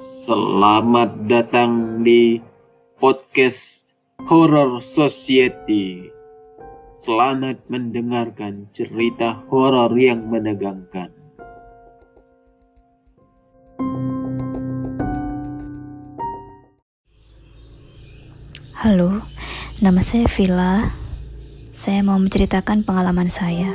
Selamat datang di podcast Horror Society. Selamat mendengarkan cerita horor yang menegangkan. Halo, nama saya Villa. Saya mau menceritakan pengalaman saya.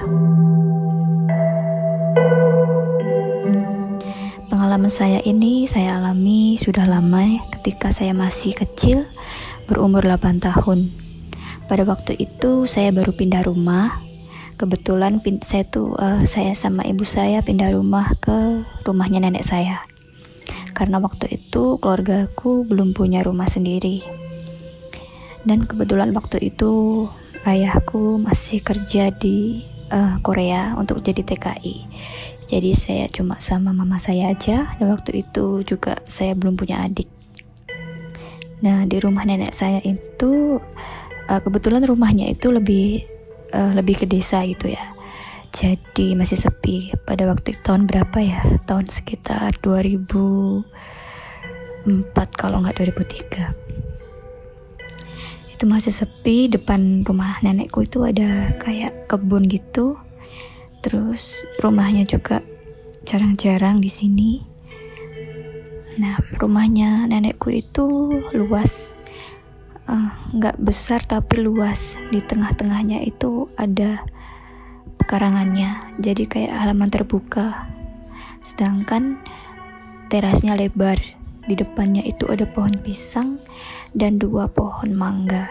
Pengalaman saya ini saya alami sudah lama ketika saya masih kecil, berumur 8 tahun. Pada waktu itu saya baru pindah rumah. Kebetulan saya sama ibu saya pindah rumah ke rumahnya nenek saya. Karena waktu itu keluargaku belum punya rumah sendiri. Dan kebetulan waktu itu ayahku masih kerja di Korea untuk jadi TKI. Jadi saya cuma sama mama saya aja, dan waktu itu juga saya belum punya adik. Nah, di rumah nenek saya itu kebetulan rumahnya itu lebih ke desa gitu ya. Jadi masih sepi. Pada waktu tahun berapa ya? Tahun sekitar 2004 kalau nggak 2003. Itu masih sepi. Depan rumah nenekku itu ada kayak kebun gitu. Terus rumahnya juga jarang-jarang di sini. Nah, rumahnya nenekku itu luas, nggak besar tapi luas. Di tengah-tengahnya itu ada pekarangannya, jadi kayak halaman terbuka. Sedangkan terasnya lebar. Di depannya itu ada pohon pisang dan 2 pohon mangga.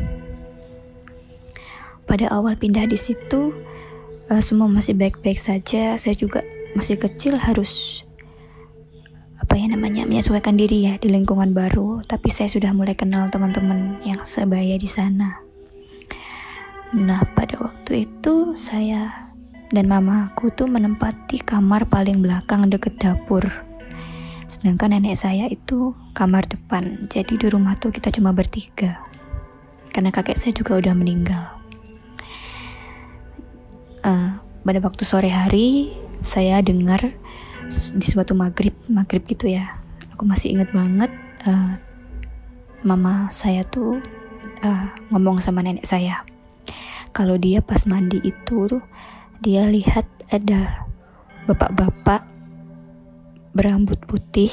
Pada awal pindah di situ, semua masih baik-baik saja. Saya juga masih kecil, harus menyesuaikan diri ya di lingkungan baru. Tapi saya sudah mulai kenal teman-teman yang sebaya di sana. Nah, pada waktu itu saya dan mamaku tuh menempati kamar paling belakang dekat dapur. Sedangkan nenek saya itu kamar depan. Jadi di rumah tuh kita cuma bertiga. Karena kakek saya juga udah meninggal. Pada waktu sore hari saya dengar di suatu maghrib gitu ya. Aku masih ingat banget mama saya tuh ngomong sama nenek saya. Kalau dia pas mandi itu tuh dia lihat ada bapak-bapak berambut putih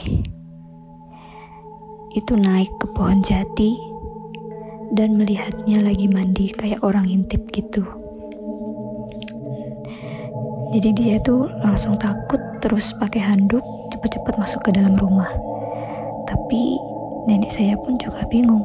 itu naik ke pohon jati dan melihatnya lagi mandi kayak orang intip gitu. Jadi dia tuh langsung takut, terus pakai handuk cepat-cepat masuk ke dalam rumah. Tapi nenek saya pun juga bingung.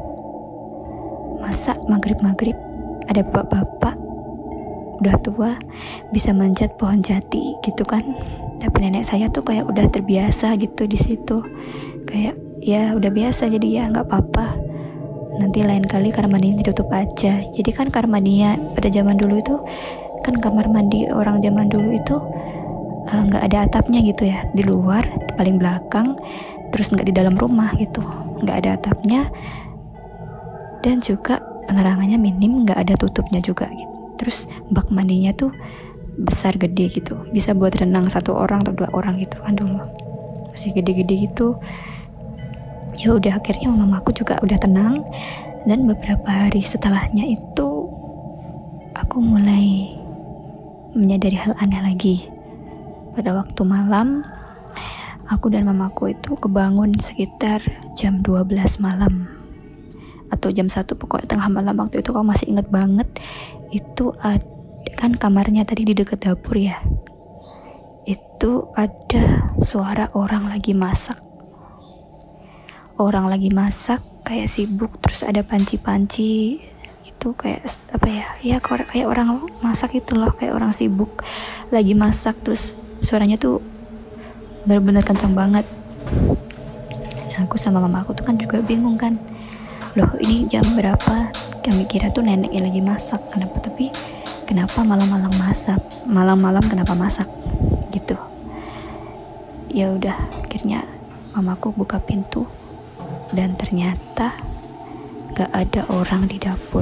Masa maghrib-maghrib ada bapak-bapak udah tua bisa manjat pohon jati gitu kan? Tapi nenek saya tuh kayak udah terbiasa gitu di situ. Kayak ya udah biasa, jadi ya nggak apa-apa. Nanti lain kali kamar mandinya ditutup aja. Jadi kan kamar mandinya pada zaman dulu itu kan kamar mandi orang zaman dulu itu nggak ada atapnya gitu ya, di luar paling belakang, terus nggak di dalam rumah gitu, nggak ada atapnya dan juga penerangannya minim, nggak ada tutupnya juga gitu. Terus bak mandinya tuh besar gede gitu, bisa buat renang 1 orang atau 2 orang gitu kan dulu, masih gede-gede gitu. Ya udah, akhirnya mamaku juga udah tenang. Dan beberapa hari setelahnya itu aku mulai menyadari hal aneh lagi. Pada waktu malam, aku dan mamaku itu kebangun sekitar jam 12 malam atau jam 1, pokoknya tengah malam. Waktu itu aku masih inget banget. Itu kan kamarnya tadi di dekat dapur ya. Itu ada suara orang lagi masak. Orang lagi masak kayak sibuk, terus ada panci-panci. Itu kayak kayak orang masak itu loh, kayak orang sibuk lagi masak. Terus suaranya tuh benar-benar kencang banget. Nah, aku sama mama aku tuh kan juga bingung kan, loh ini jam berapa? Kami kira tuh nenek yang lagi masak, kenapa malam-malam masak, malam-malam kenapa masak gitu. Ya udah, akhirnya mamaku buka pintu dan ternyata gak ada orang di dapur.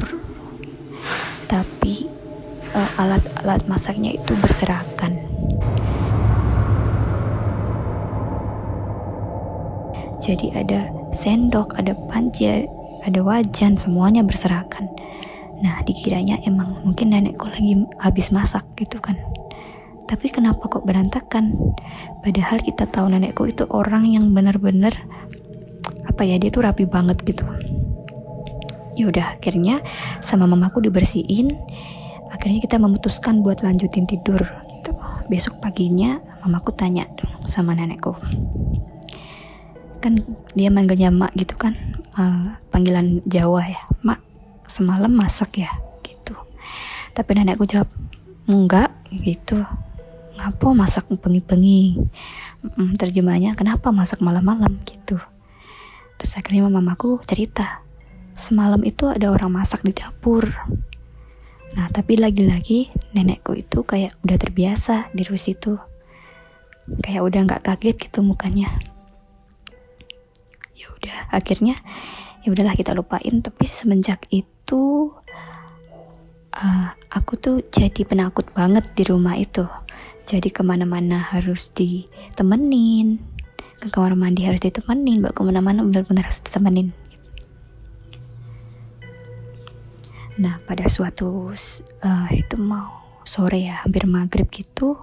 Tapi alat-alat masaknya itu berserakan. Jadi ada sendok, ada panci, ada wajan, semuanya berserakan. Nah, dikiranya emang mungkin nenekku lagi habis masak gitu kan. Tapi kenapa kok berantakan? Padahal kita tahu nenekku itu orang yang benar-benar dia tuh rapi banget gitu. Ya udah, akhirnya sama mamaku dibersihin. Akhirnya kita memutuskan buat lanjutin tidur gitu. Besok paginya mamaku tanya dong sama nenekku. Kan dia manggilnya mak gitu kan, panggilan Jawa ya. Mak, semalam masak ya gitu. Tapi nenekku jawab, enggak gitu. Ngapa masak bengi-bengi? Terjemahnya, kenapa masak malam-malam gitu. Terus akhirnya mamaku cerita, semalam itu ada orang masak di dapur. Nah, tapi lagi-lagi nenekku itu kayak udah terbiasa di situ. Kayak udah gak kaget gitu mukanya. Ya udah, akhirnya ya udahlah kita lupain. Tapi semenjak itu aku tuh jadi penakut banget di rumah itu. Jadi kemana-mana harus ditemenin, ke kamar mandi harus ditemenin, bawa kemana-mana benar-benar harus ditemenin. Nah, pada suatu itu mau sore ya, hampir maghrib gitu,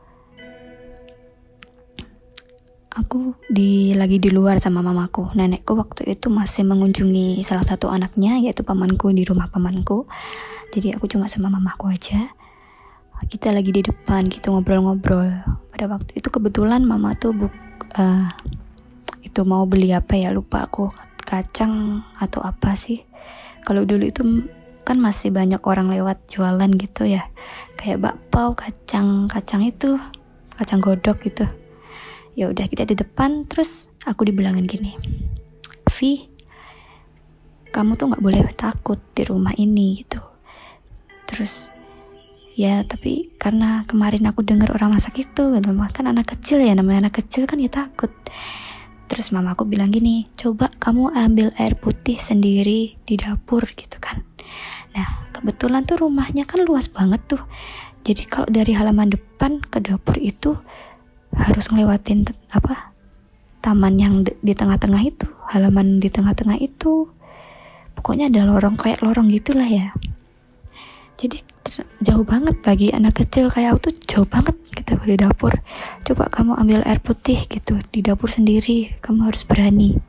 aku lagi di luar sama mamaku. Nenekku waktu itu masih mengunjungi salah satu anaknya, yaitu pamanku, di rumah pamanku. Jadi aku cuma sama mamaku aja. Kita lagi di depan gitu ngobrol-ngobrol. Pada waktu itu kebetulan mama tuh itu mau beli lupa aku, kacang atau apa sih. Kalau dulu itu kan masih banyak orang lewat jualan gitu ya, kayak bakpao, kacang itu, kacang godok gitu. Ya udah, kita di depan, terus aku dibilangin gini, Vi, kamu tuh nggak boleh takut di rumah ini gitu. Terus ya, tapi karena kemarin aku dengar orang masak itu, kan anak kecil ya, namanya anak kecil kan ya takut. Terus mamaku bilang gini, coba kamu ambil air putih sendiri di dapur gitu kan. Nah, kebetulan tuh rumahnya kan luas banget tuh. Jadi kalau dari halaman depan ke dapur itu harus ngelewatin taman yang di tengah-tengah itu, halaman di tengah-tengah itu. Pokoknya ada lorong, kayak lorong gitulah ya. Jadi jauh banget bagi anak kecil kayak aku tuh, jauh banget gitu di dapur. Coba kamu ambil air putih gitu di dapur sendiri, kamu harus berani.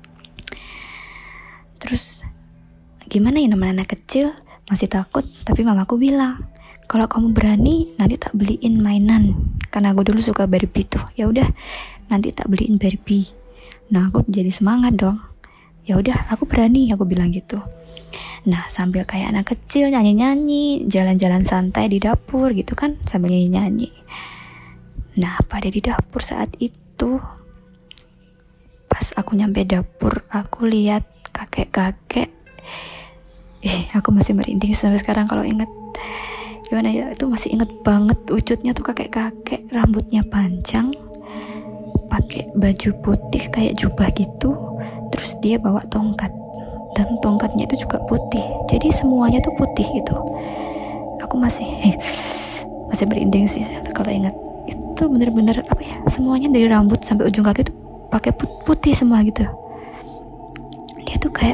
Terus gimana ya, namanya anak kecil masih takut. Tapi mamaku bilang, kalau kamu berani nanti tak beliin mainan, karena aku dulu suka Barbie tuh. Ya udah, nanti tak beliin Barbie. Nah, aku jadi semangat dong. Ya udah, aku berani, aku bilang gitu. Nah, sambil kayak anak kecil nyanyi-nyanyi, jalan-jalan santai di dapur gitu kan, sambil nyanyi-nyanyi. Nah, pada di dapur saat itu, pas aku nyampe dapur, aku lihat kakek-kakek. Aku masih merinding sampai sekarang kalau inget. Gimana ya, itu masih inget banget wujudnya tuh, kakek-kakek, rambutnya panjang, pakai baju putih kayak jubah gitu. Terus dia bawa tongkat, dan tongkatnya itu juga putih. Jadi semuanya tuh putih gitu. Aku masih merinding sih kalau ingat. Itu bener-bener semuanya dari rambut sampai ujung kaki tuh pakai putih semua gitu. Dia tuh kayak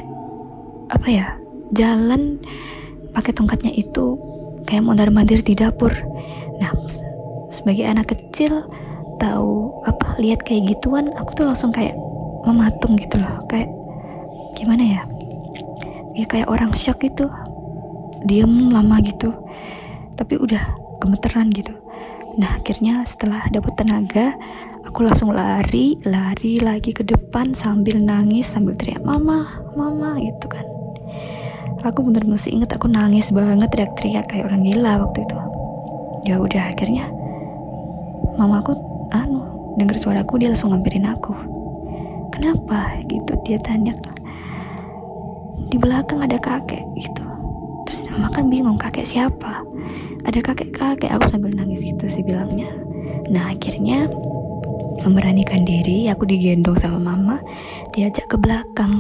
jalan pakai tongkatnya itu kayak mondar-mandir di dapur. Nah, sebagai anak kecil tahu lihat kayak gituan, aku tuh langsung kayak mematung gitu loh. Kayak gimana ya? Ya kayak orang shock gitu, diem lama gitu, tapi udah gemeteran gitu. Nah, akhirnya setelah dapat tenaga, aku langsung lari lagi ke depan sambil nangis, sambil teriak mama gitu kan. Aku bener-bener masih inget, aku nangis banget, teriak-teriak kayak orang gila waktu itu. Ya udah, akhirnya mamaku dengar suaraku, dia langsung ngampirin aku. Kenapa gitu, dia tanya. Di belakang ada kakek gitu. Terus mama kan bingung, kakek siapa? Ada kakek, aku sambil nangis gitu sih bilangnya. Nah, akhirnya memberanikan diri, aku digendong sama mama, diajak ke belakang.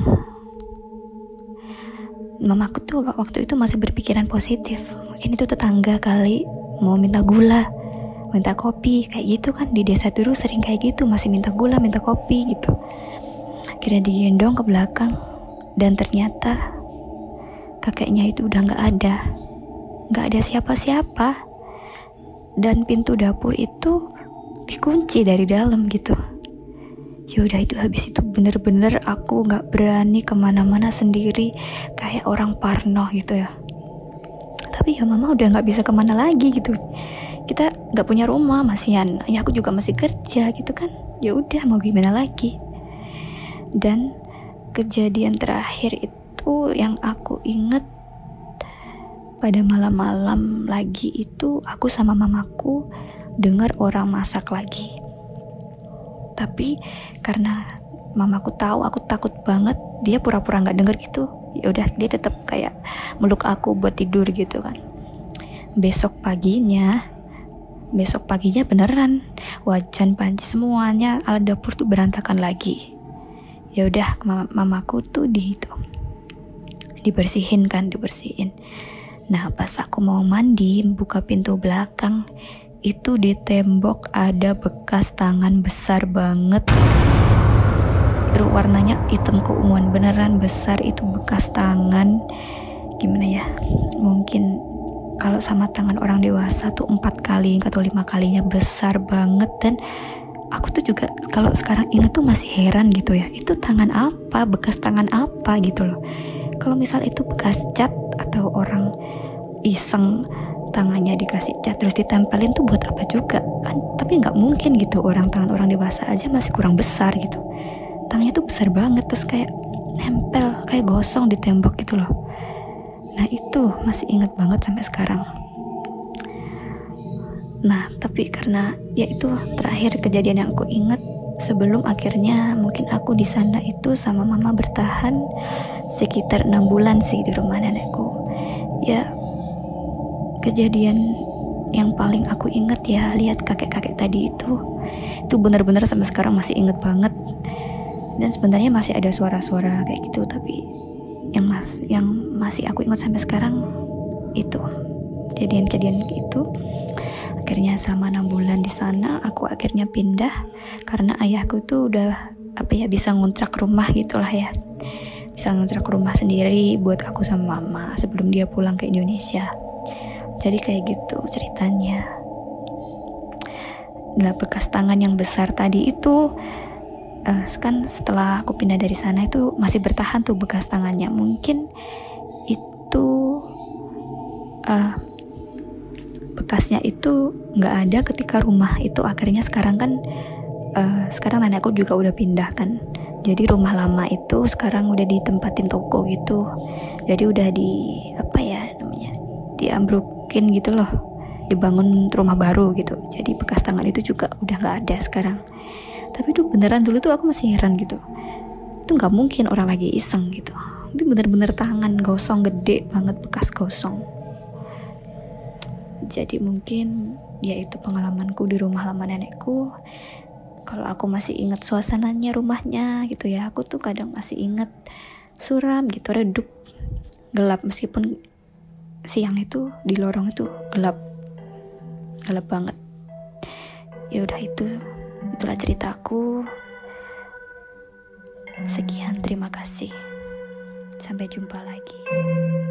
Mamaku tuh waktu itu masih berpikiran positif. Mungkin itu tetangga kali, mau minta gula, minta kopi, kayak gitu kan. Di desa dulu sering kayak gitu, masih minta gula, minta kopi gitu. Akhirnya digendong ke belakang, dan ternyata kakeknya itu udah gak ada siapa-siapa, dan pintu dapur itu dikunci dari dalam gitu. Yaudah, itu habis itu bener-bener aku gak berani kemana-mana sendiri, kayak orang parno gitu ya. Tapi ya mama udah gak bisa kemana lagi gitu, kita gak punya rumah, masihan ya, aku juga masih kerja gitu kan. Ya udah, mau gimana lagi. Dan kejadian terakhir itu yang aku inget, pada malam-malam lagi itu aku sama mamaku dengar orang masak lagi. Tapi karena mamaku tahu aku takut banget, dia pura-pura nggak dengar gitu. Ya udah, dia tetap kayak meluk aku buat tidur gitu kan. Besok paginya beneran wajan, panci, semuanya alat dapur tuh berantakan lagi. Ya udah, mamaku tuh dibersihin. Nah, pas aku mau mandi, buka pintu belakang, itu di tembok ada bekas tangan besar banget. Warnanya hitam keunguan, beneran besar itu bekas tangan. Gimana ya, mungkin kalau sama tangan orang dewasa tuh 4 kali atau 5 kalinya, besar banget. Dan aku tuh juga kalau sekarang ingat tuh masih heran gitu ya, itu tangan apa, bekas tangan apa gitu loh. Kalau misal itu bekas cat atau orang iseng tangannya dikasih cat terus ditempelin tuh buat apa juga kan. Tapi nggak mungkin gitu, tangan orang dewasa aja masih kurang besar gitu, tangannya tuh besar banget, terus kayak nempel, kayak gosong di tembok gitu loh. Nah itu masih inget banget sampai sekarang. Nah tapi karena ya itu terakhir kejadian yang aku inget, sebelum akhirnya mungkin aku di sana itu sama mama bertahan sekitar 6 bulan sih di rumah nenekku. Ya, kejadian yang paling aku inget ya lihat kakek-kakek tadi itu benar-benar sampai sekarang masih inget banget. Dan sebenarnya masih ada suara-suara kayak gitu, tapi yang masih aku ingat sampai sekarang itu kejadian itu. Akhirnya sama 6 bulan di sana, aku akhirnya pindah karena ayahku tuh udah bisa ngontrak rumah gitulah ya, bisa ngontrak rumah sendiri buat aku sama mama sebelum dia pulang ke Indonesia. Jadi kayak gitu ceritanya. Nah, bekas tangan yang besar tadi itu kan setelah aku pindah dari sana itu masih bertahan tuh bekas tangannya. Mungkin itu bekasnya itu nggak ada ketika rumah itu akhirnya sekarang kan sekarang nenekku juga udah pindah kan. Jadi rumah lama itu sekarang udah ditempatin toko gitu. Jadi udah diambrukin gitu loh, dibangun rumah baru gitu. Jadi bekas tangan itu juga udah nggak ada sekarang. Tapi itu beneran dulu tuh aku masih heran gitu, itu nggak mungkin orang lagi iseng gitu. Itu bener-bener tangan gosong gede banget, bekas gosong. Jadi mungkin ya itu pengalamanku di rumah lama nenekku. Kalau aku masih ingat suasananya rumahnya gitu ya, aku tuh kadang masih ingat suram gitu, redup, gelap, meskipun siang itu di lorong itu gelap banget. Ya udah, itulah ceritaku. Sekian, terima kasih. Sampai jumpa lagi.